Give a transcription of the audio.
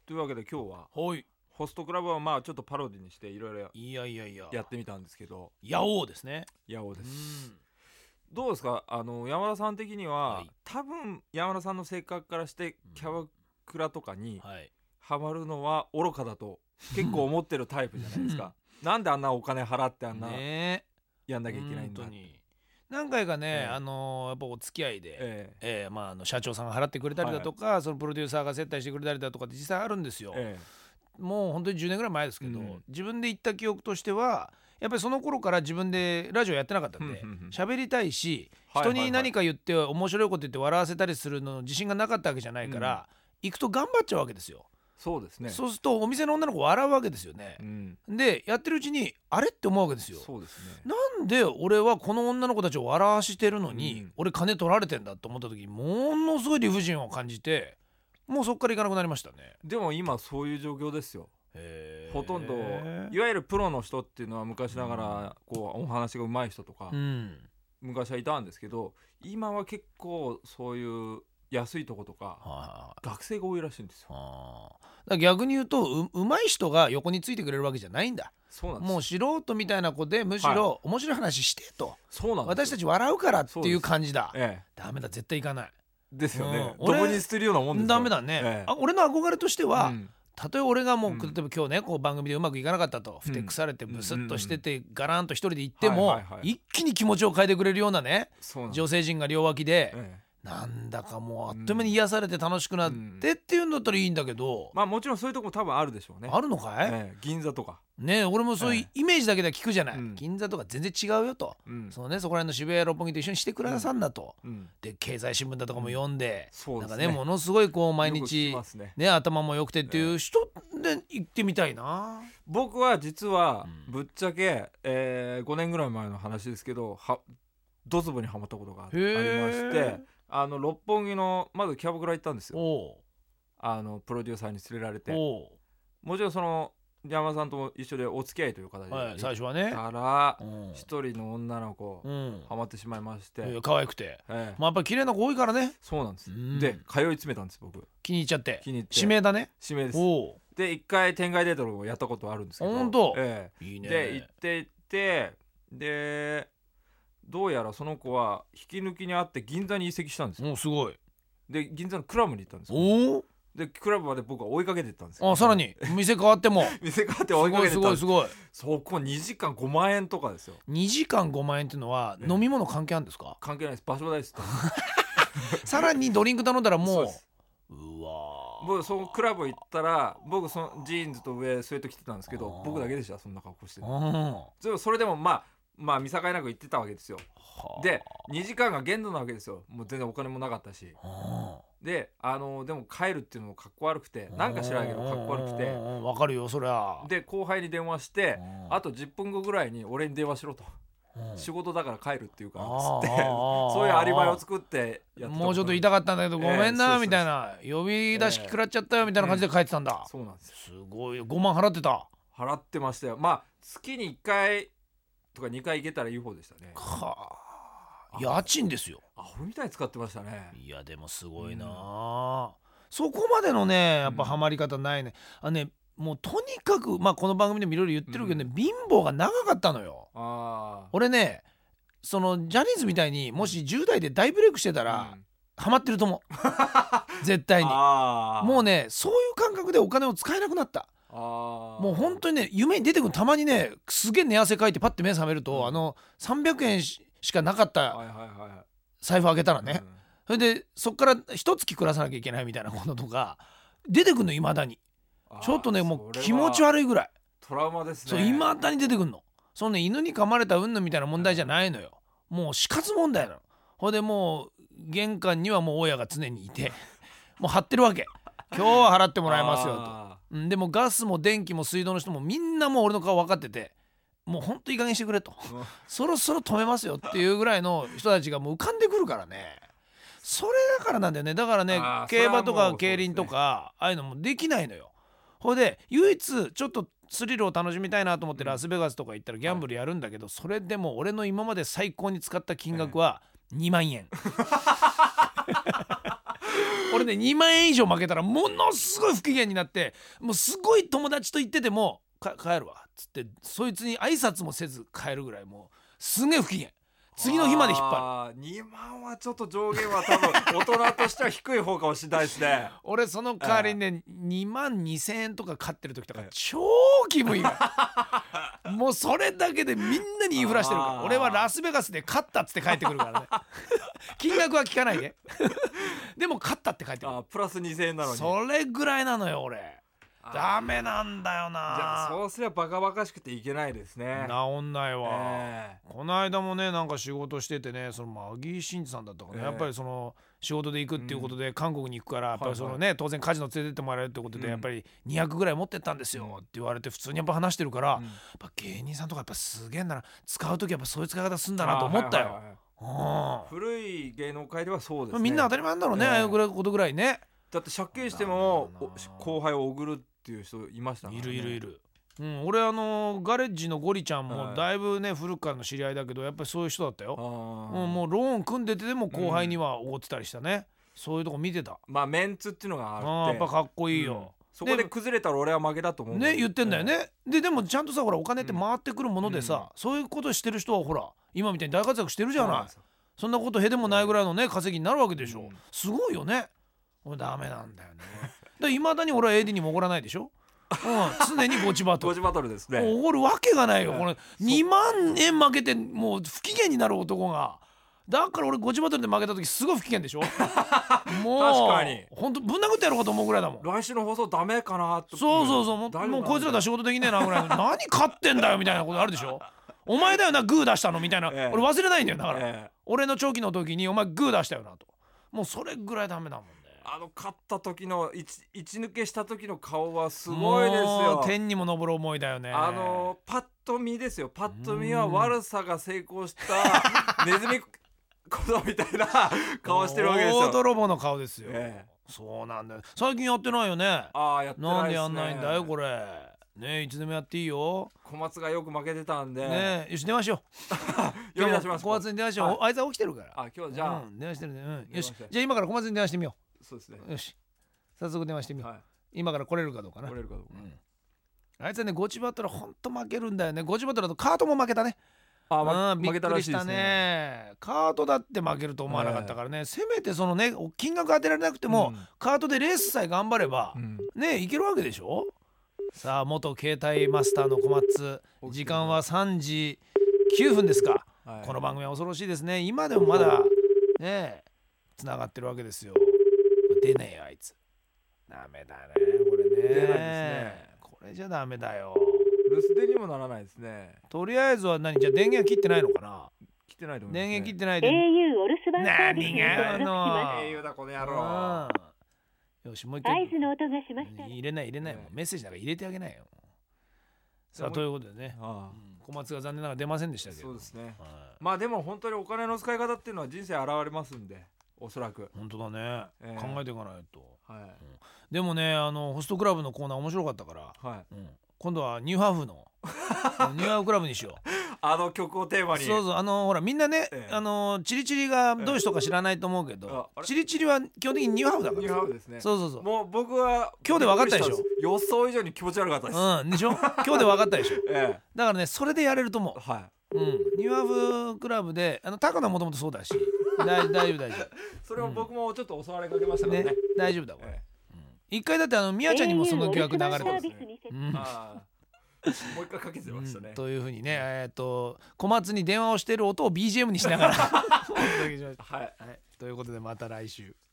というわけで今日ははい。 ホストクラブはまあちょっとパロディにしていろいろいやいやいや。 やってみたんですけど、 やおうですね。 やおうでうす。 ん。 どうですか、山田さん的には、 はい。 多分山田さんの性格からしてキャバクラとかにはい。 ハマるのは愚かだと結構思ってるタイプじゃないですか。なんであんなお金払ってあんなねやんなえ。 きゃいけないんだ本当に。何回かね、 ええやっぱお付き合いで、 え社長さんが払ってくれたりだとか、そのプロデューサーが接待してくれたりだとかって実際あるんですよ。 えもう本当に10年ぐらい前ですけど、 うん自分で言った記憶としてはやっぱりその頃から自分でラジオやってなかったんでうんうんうん喋りたいし、 はいはいはい人に何か言って面白いこと言って笑わせたりするの自信がなかったわけじゃないから、行くと頑張っちゃうわけですよ。 そうですね。 そうするとお店の女の子笑うわけですよね。 うんでやってるうちにあれって思うわけですよ。 そうですね。 なんで俺はこの女の子たちを笑わしてるのに、 うん俺金取られてんだと思った時ものすごい理不尽を感じて、もうそっから行かなくなりましたね。 でも今そういう状況ですよ。 へーほとんどいわゆるプロの人っていうのは昔ながらこうお話が上手い人とか、 うん昔はいたんですけど、今は結構そういう安いとことかはい学生が多いらしいんですよ。 だから逆に言うと上手い人が横についてくれるわけじゃないんだ。 そうなんです。 もう素人みたいな子でむしろ面白い話してと、 そうなんですよ。 私たち笑うからっていう感じだ。 ええダメだ、絶対行かない。 ですよね。 俺どこに捨てるようなもんですよ。 ダメだね、 ええ俺の憧れとしては、 うんたとえ俺がもう、 うん例えば今日ねこう番組でうまくいかなかったと、 うんふてくされてブスッとしてて、ガランと一人で行っても、 はいはいはい一気に気持ちを変えてくれるようなねそうなんです。 女性陣が両脇で、 ええなんだかもうあっという間に癒されて楽しくなってっていうんだったらいいんだけど、 まあもちろんそういうとこも多分あるでしょうね。 あるのかい、 銀座とか。 ね、俺もそういうイメージだけでは聞くじゃない、 うん銀座とか全然違うよと、 うんそのね、そこら辺の渋谷六本木と一緒にしてくださんだと、 うんで経済新聞だとかも読んで、なんかそうですね。 ねものすごいこう毎よく聞日きますね。 ね頭も良くてっていう人で行ってみたいな。 僕は実はうんぶっちゃけ、5年ぐらい前の話ですけど、ドツボにはまったことがありまして、六本木のまずキャバクラ行ったんですよ。 おプロデューサーに連れられて、 おもちろんその山田さんと一緒でお付き合いという形ではい、 行っ最初はね、 たらうん一人の女の子ハマってしまいまして、 可愛くて、 ええまあ、やっぱり綺麗な子多いからね、 そうなんです。 うんで通い詰めたんです僕。 気に入っちゃって気に入って指名だね。 指名です。 おで一回天外デートをやったことあるんですけど、 ほんといいね。 で行って行ってでどうやらその子は引き抜きにあって銀座に移籍したんですよ。 おすごい。 で銀座のクラブに行ったんですよ。 おお、 でクラブまで僕は追いかけて行ったんですよ。 さらに店変わっても店変わってす追いかごいすけて行ったんです。 ごいすごい。 そこ2時間5万円とかですよ。 2時間5万円っていうのはええ飲み物関係あるんですか？ 関係ないです。場所代です。 さらにドリンク頼んだらもうそうです。 うわー、 僕そのクラブ行ったら僕そのジーンズと上スウェット着てたんですけど、僕だけでしたそんな格好してる。それでもまあ見境なく行ってたわけですよ。で2時間が限度なわけですよ。もう全然お金もなかったし。ででも帰るっていうのもかっこ悪くて、なんか知らないけどかっこ悪くて、 わかるよそりゃ。 で後輩に電話してあと10分後ぐらいに俺に電話しろと、仕事だから帰るっていうからつってそういうアリバイを作ってやってた。 もうちょっと言いたかったんだけどごめんなみたいな、呼び出し食らっちゃったよみたいな感じで帰ってたんだ。 そうなんですよ。 すごい5万払ってた。 払ってましたよ。まあ月に1回とか2回行けたらいい方でしたね。 家賃ですよ。 アホみたいに使ってましたね。 いやでもすごいな、そこまでのねやっぱハマり方ないね。もうとにかくまあこの番組でもいろいろ言ってるけどね、貧乏が長かったのよ。俺ねそのジャニーズみたいにもし10代で大ブレイクしてたら、ハマってると思う絶対に。もうねそういう感覚でお金を使えなくなった。もう本当にね夢に出てくる、たまにねすげえ寝汗かいてパッて目覚めると、300円しかなかった財布開けたらね、それでそっから一月暮らさなきゃいけないみたいなこととか出てくるの。いまだにちょっとねもう気持ち悪いぐらいトラウマですね。 そういまだに出てくるの。そのね犬に噛まれた云々みたいな問題じゃないのよ。もう死活問題なの。ほいでもう玄関にはもう親が常にいてもう張ってるわけ。今日は払ってもらいますよと。でもガスも電気も水道の人もみんなもう俺の顔分かってて、もうほんといい加減してくれとそろそろ止めますよっていうぐらいの人たちがもう浮かんでくるからね。それだからなんだよね。だからね競馬とか競輪とかああいうのもできないのよ。ほいで唯一ちょっとスリルを楽しみたいなと思ってラスベガスとか行ったらギャンブルやるんだけど、それでも俺の今まで最高に使った金額は2万円俺ね2万円以上負けたらものすごい不機嫌になって、もうすごい友達と言ってても帰るわっつってそいつに挨拶もせず帰るぐらい、もうすげえ不機嫌。次の日まで引っ張る。 2万はちょっと上限は多分大人としては低い方かもしれないですね。 俺その代わりにね、2万2000円とか買ってる時とか超気分いいからもうそれだけでみんなに言いふらしてるから。俺はラスベガスで勝ったっつって帰ってくるからね金額は聞かないででも勝ったって帰ってくる。 プラス2000円なのにそれぐらいなのよ俺。ダメなんだよな。 じゃあそうすればバカバカしくていけないですね。 治んないわ、この間もねなんか仕事しててね、そのマギー真司さんだったかな、やっぱりその仕事で行くっていうことで韓国に行くから、やっぱりそのね、当然カジノ連れてってもらえるってことで、やっぱり200ぐらい持ってったんですよって言われて、普通にやっぱ話してるから、やっぱ芸人さんとかやっぱすげえなら使う時やっぱそういう使い方すんだなと思ったよ。 古い芸能界ではそうですね。 みんな当たり前なんだろうね、ああいうことぐらいね。 だって借金しても後輩をおぐるっていう人いましたね。 いる、俺ガレッジのゴリちゃんもだいぶね古くからの知り合いだけど、やっぱりそういう人だったよ。もうローン組んでてでも後輩にはおごってたりしたね、そういうとこ見てた。 まあメンツっていうのがあって、 やっぱかっこいいよ、 そこで崩れたら俺は負けだと思うね、言ってんだよね、でもちゃんとさほらお金って回ってくるものでさ、そういうことしてる人はほら今みたいに大活躍してるじゃない。そんなことへでもないぐらいのね稼ぎになるわけでしょ、すごいよね。俺ダメなんだよねいまだに俺は AD にもおごらないでしょ常にゴチバトルゴチバトルですね。 おごるわけがないよ、これ2万円負けてもう不機嫌になる男が。だから俺ゴチバトルで負けた時すごい不機嫌でしょもう確かにほんとぶん殴ってやろうかと思うぐらいだもん。 来週の放送ダメかなって。 そうもうこいつらだ仕事できねえなぐらい何勝ってんだよみたいなことあるでしょお前だよなグー出したのみたいな、俺忘れないんだよだから、俺の長期の時にお前グー出したよなと、もうそれぐらいダメだもんね。 勝った時の一抜けした時の顔はすごいですよ。 天にも昇る思いだよね。 パッと見ですよ。パッと見は悪さが成功したネズミ子供みたいな顔してるわけですよ。 大泥棒の顔ですよ、そうなんだよ。最近やってないよね。 やってないですね。 なんでやんないんだよこれね。いつでもやっていいよ。 小松がよく負けてたんでね。よし電話しよう呼び出します。 小松に電話しよう、あいつは起きてるから。 今日じゃあ、 電話してるね、よしじゃあ今から小松に電話してみよう。そうですね。 よし早速電話してみよう、今から来れるかどうかな。 来れるかどうか、 あいつはねゴチバトルほんと負けるんだよね。ゴチバトルだとカートも負けたね。びっくりしたね。カートだって負けると思わなかったからね、せめてそのね金額当てられなくても、カートでレースさえ頑張れば、ねいけるわけでしょ。さあ元携帯マスターの小松、時間は3時9分ですか、この番組は恐ろしいですね。今でもまだねつながってるわけですよ。出ねえよあいつ。ダメだねこれね。 出ないですね。 これじゃダメだよ。 留守電にもならないですね。 とりあえずはじゃあ電源切ってないのかな。 切ってないと思います、 電源切ってないで au お留守番サービスに登録します。 au だこの野郎。 よしもう一回合図の音がしました。 入れないもうメッセージなんか入れてあげないよ。さあということでね、小松が残念ながら出ませんでしたけど。 そうですね、まあでも本当にお金の使い方っていうのは人生現れますんで、おそらく本当だね、考えていかないと、 はいでもねホストクラブのコーナー面白かったから、 はい今度はニューハーフのニューハーフクラブにしよう。 あの曲をテーマに。 そうほらみんなね、チリチリがどういう人か知らないと思うけど、チリチリは基本的にニューハーフだから。 ニューハーフですね。 そうもう僕は今日で分かったでしょ。 予想以上に気持ち悪かったです。 でしょ今日で分かったでしょ。だからねそれでやれると思う。ニューハーフクラブでタカナもともとそうだし大丈夫それを僕もちょっと教わりかけましたからね。 大丈夫だこれ。一回だってミヤちゃんにもその疑惑流れてますね。 もう一回かけてましたね。 というふうにね小松に電話をしている音を BGM にしながらはい、ということでまた来週。